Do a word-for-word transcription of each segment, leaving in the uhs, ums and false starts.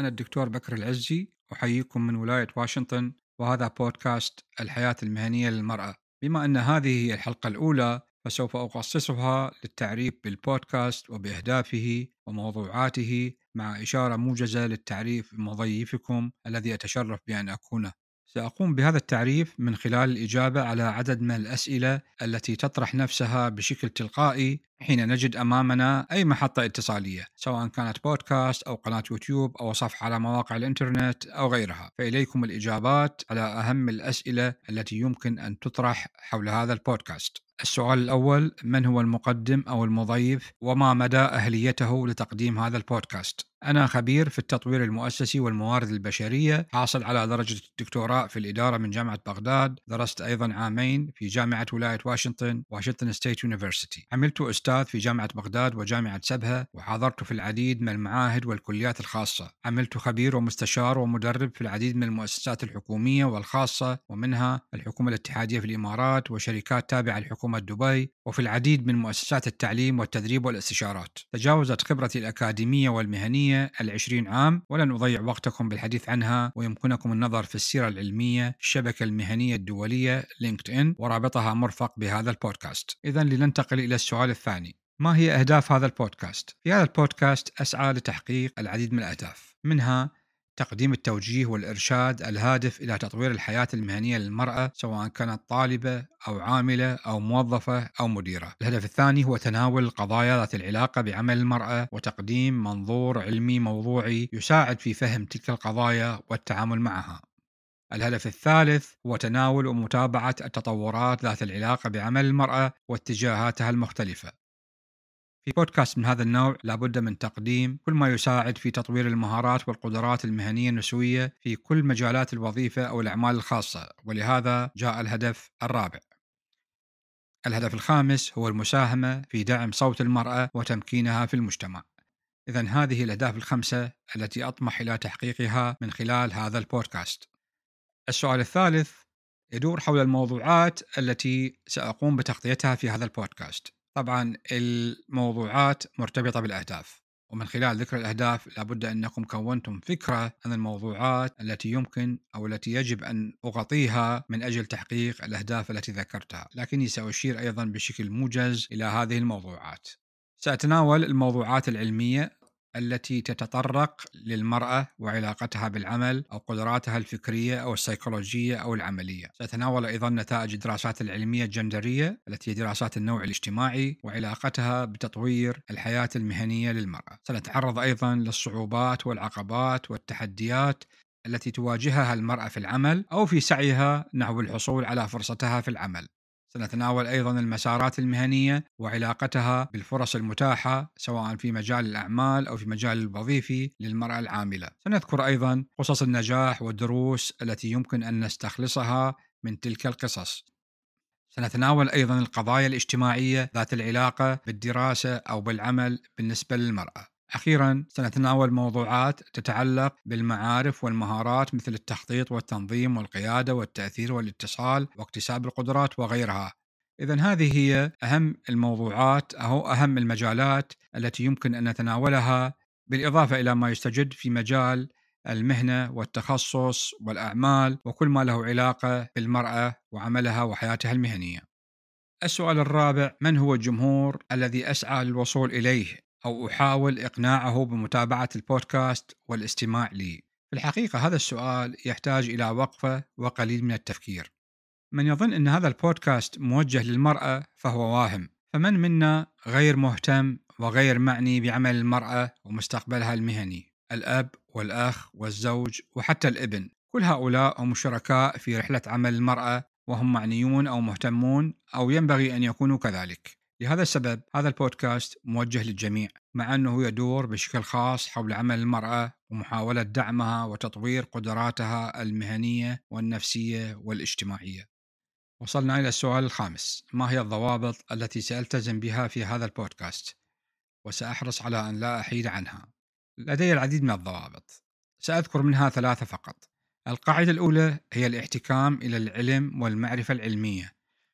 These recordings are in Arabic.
أنا الدكتور بكر العزي، أحييكم من ولاية واشنطن، وهذا بودكاست الحياة المهنية للمرأة. بما أن هذه هي الحلقة الأولى، فسوف أخصصها للتعريف بالبودكاست وبأهدافه وموضوعاته، مع إشارة موجزة للتعريف بمضيفكم الذي أتشرف بأن أكونه. سأقوم بهذا التعريف من خلال الإجابة على عدد من الأسئلة التي تطرح نفسها بشكل تلقائي حين نجد أمامنا أي محطة اتصالية، سواء كانت بودكاست أو قناة يوتيوب أو صفحة على مواقع الإنترنت أو غيرها. فإليكم الإجابات على أهم الأسئلة التي يمكن أن تطرح حول هذا البودكاست. السؤال الأول: من هو المقدم أو المضيف، وما مدى أهليته لتقديم هذا البودكاست؟ أنا خبير في التطوير المؤسسي والموارد البشرية، حاصل على درجة الدكتوراه في الإدارة من جامعة بغداد. درست أيضا عامين في جامعة ولاية واشنطن، واشنطن ستيت يونيفرسيتي. عملت أستاذ في جامعة بغداد وجامعة سبها، وحاضرت في العديد من المعاهد والكليات الخاصة. عملت خبير ومستشار ومدرب في العديد من المؤسسات الحكومية والخاصة، ومنها الحكومة الاتحادية في الإمارات وشركات تابعة لحكومة دبي، وفي العديد من مؤسسات التعليم والتدريب والاستشارات. تجاوزت خبرتي الأكاديمية والمهنية العشرين عام، ولن أضيع وقتكم بالحديث عنها، ويمكنكم النظر في السيرة العلمية الشبكة المهنية الدولية لينكد إن، ورابطها مرفق بهذا البودكاست. إذن لننتقل إلى السؤال الثاني: ما هي أهداف هذا البودكاست؟ في هذا البودكاست أسعى لتحقيق العديد من الأهداف، منها تقديم التوجيه والإرشاد الهادف إلى تطوير الحياة المهنية للمرأة، سواء كانت طالبة أو عاملة أو موظفة أو مديرة. الهدف الثاني هو تناول القضايا ذات العلاقة بعمل المرأة، وتقديم منظور علمي موضوعي يساعد في فهم تلك القضايا والتعامل معها. الهدف الثالث هو تناول ومتابعة التطورات ذات العلاقة بعمل المرأة واتجاهاتها المختلفة. في بودكاست من هذا النوع لابد من تقديم كل ما يساعد في تطوير المهارات والقدرات المهنية النسوية في كل مجالات الوظيفة أو الأعمال الخاصة، ولهذا جاء الهدف الرابع. الهدف الخامس هو المساهمة في دعم صوت المرأة وتمكينها في المجتمع. إذن هذه الأهداف الخمسة التي أطمح إلى تحقيقها من خلال هذا البودكاست. السؤال الثالث يدور حول الموضوعات التي سأقوم بتغطيتها في هذا البودكاست. طبعا الموضوعات مرتبطة بالأهداف، ومن خلال ذكر الأهداف لابد أنكم كونتم فكرة عن الموضوعات التي يمكن أو التي يجب أن أغطيها من أجل تحقيق الأهداف التي ذكرتها، لكني سأشير أيضا بشكل موجز إلى هذه الموضوعات. سأتناول الموضوعات العلمية التي تتطرق للمرأة وعلاقتها بالعمل أو قدراتها الفكرية أو السيكولوجية أو العملية. سأتناول أيضا نتائج الدراسات العلمية الجندرية التي هي دراسات النوع الاجتماعي وعلاقتها بتطوير الحياة المهنية للمرأة. سنتعرض أيضا للصعوبات والعقبات والتحديات التي تواجهها المرأة في العمل أو في سعيها نحو الحصول على فرصتها في العمل. سنتناول أيضا المسارات المهنية وعلاقتها بالفرص المتاحة سواء في مجال الأعمال أو في مجال الوظيفي للمرأة العاملة. سنذكر أيضا قصص النجاح والدروس التي يمكن أن نستخلصها من تلك القصص. سنتناول أيضا القضايا الاجتماعية ذات العلاقة بالدراسة أو بالعمل بالنسبة للمرأة. أخيرا سنتناول موضوعات تتعلق بالمعارف والمهارات مثل التخطيط والتنظيم والقيادة والتأثير والاتصال واكتساب القدرات وغيرها. إذن هذه هي أهم الموضوعات أو أهم المجالات التي يمكن أن نتناولها، بالإضافة إلى ما يستجد في مجال المهنة والتخصص والأعمال وكل ما له علاقة بالمرأة وعملها وحياتها المهنية. السؤال الرابع: من هو الجمهور الذي أسعى للوصول إليه أو أحاول إقناعه بمتابعة البودكاست والاستماع لي؟ في الحقيقة هذا السؤال يحتاج إلى وقفة وقليل من التفكير. من يظن أن هذا البودكاست موجه للمرأة فهو واهم، فمن منا غير مهتم وغير معني بعمل المرأة ومستقبلها المهني؟ الأب والأخ والزوج وحتى الابن، كل هؤلاء هم شركاء في رحلة عمل المرأة، وهم معنيون أو مهتمون أو ينبغي أن يكونوا كذلك. لهذا السبب هذا البودكاست موجه للجميع، مع أنه يدور بشكل خاص حول عمل المرأة ومحاولة دعمها وتطوير قدراتها المهنية والنفسية والاجتماعية. وصلنا إلى السؤال الخامس: ما هي الضوابط التي سألتزم بها في هذا البودكاست؟ وسأحرص على أن لا أحيد عنها. لدي العديد من الضوابط، سأذكر منها ثلاثة فقط. القاعدة الأولى هي الاحتكام إلى العلم والمعرفة العلمية،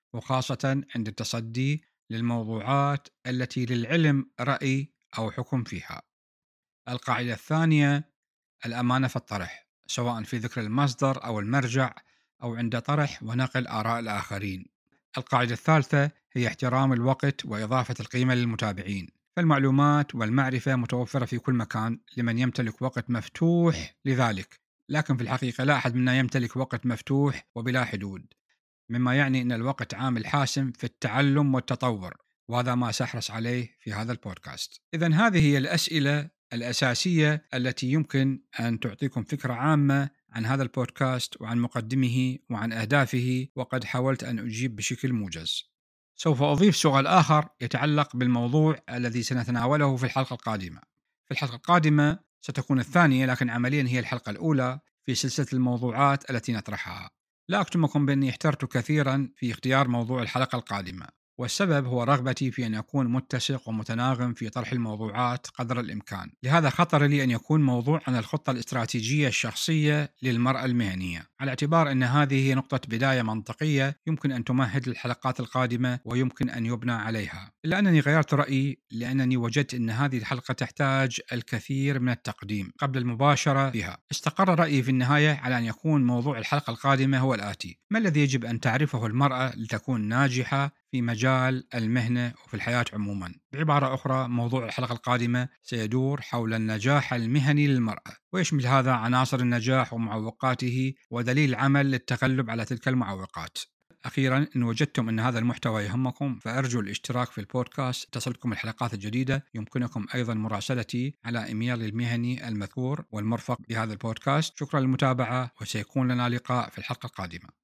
وخاصة عند التصدي للموضوعات التي للعلم رأي أو حكم فيها. القاعدة الثانية الأمانة في الطرح، سواء في ذكر المصدر أو المرجع أو عند طرح ونقل آراء الآخرين. القاعدة الثالثة هي احترام الوقت وإضافة القيمة للمتابعين، فالمعلومات والمعرفة متوفرة في كل مكان لمن يمتلك وقت مفتوح لذلك، لكن في الحقيقة لا أحد منا يمتلك وقت مفتوح وبلا حدود، مما يعني أن الوقت عامل حاسم في التعلم والتطور، وهذا ما سأحرص عليه في هذا البودكاست. إذن هذه هي الأسئلة الأساسية التي يمكن أن تعطيكم فكرة عامة عن هذا البودكاست وعن مقدمه وعن أهدافه، وقد حاولت أن أجيب بشكل موجز. سوف أضيف سؤال آخر يتعلق بالموضوع الذي سنتناوله في الحلقة القادمة. في الحلقة القادمة ستكون الثانية، لكن عمليا هي الحلقة الأولى في سلسلة الموضوعات التي نطرحها. لا أكتمكم بأني احترت كثيرا في اختيار موضوع الحلقة القادمة، والسبب هو رغبتي في أن أكون متسق ومتناغم في طرح الموضوعات قدر الإمكان. لهذا خطر لي أن يكون موضوع عن الخطة الاستراتيجية الشخصية للمرأة المهنية، على اعتبار أن هذه هي نقطة بداية منطقية يمكن أن تمهد للحلقات القادمة ويمكن أن يبنى عليها. إلا أنني غيرت رأيي لأنني وجدت أن هذه الحلقة تحتاج الكثير من التقديم قبل المباشرة بها. استقر رأيي في النهاية على أن يكون موضوع الحلقة القادمة هو الآتي: ما الذي يجب أن تعرفه المرأة لتكون ناجحة في مجال المهنة وفي الحياة عموما؟ بعبارة أخرى، موضوع الحلقة القادمة سيدور حول النجاح المهني للمرأة، ويشمل هذا عناصر النجاح ومعوقاته ودليل العمل للتغلب على تلك المعوقات. أخيرا، إن وجدتم أن هذا المحتوى يهمكم فأرجو الاشتراك في البودكاست تصلكم الحلقات الجديدة. يمكنكم أيضا مراسلتي على إيميل المهني المذكور والمرفق بهذا البودكاست. شكرا للمتابعة، وسيكون لنا لقاء في الحلقة القادمة.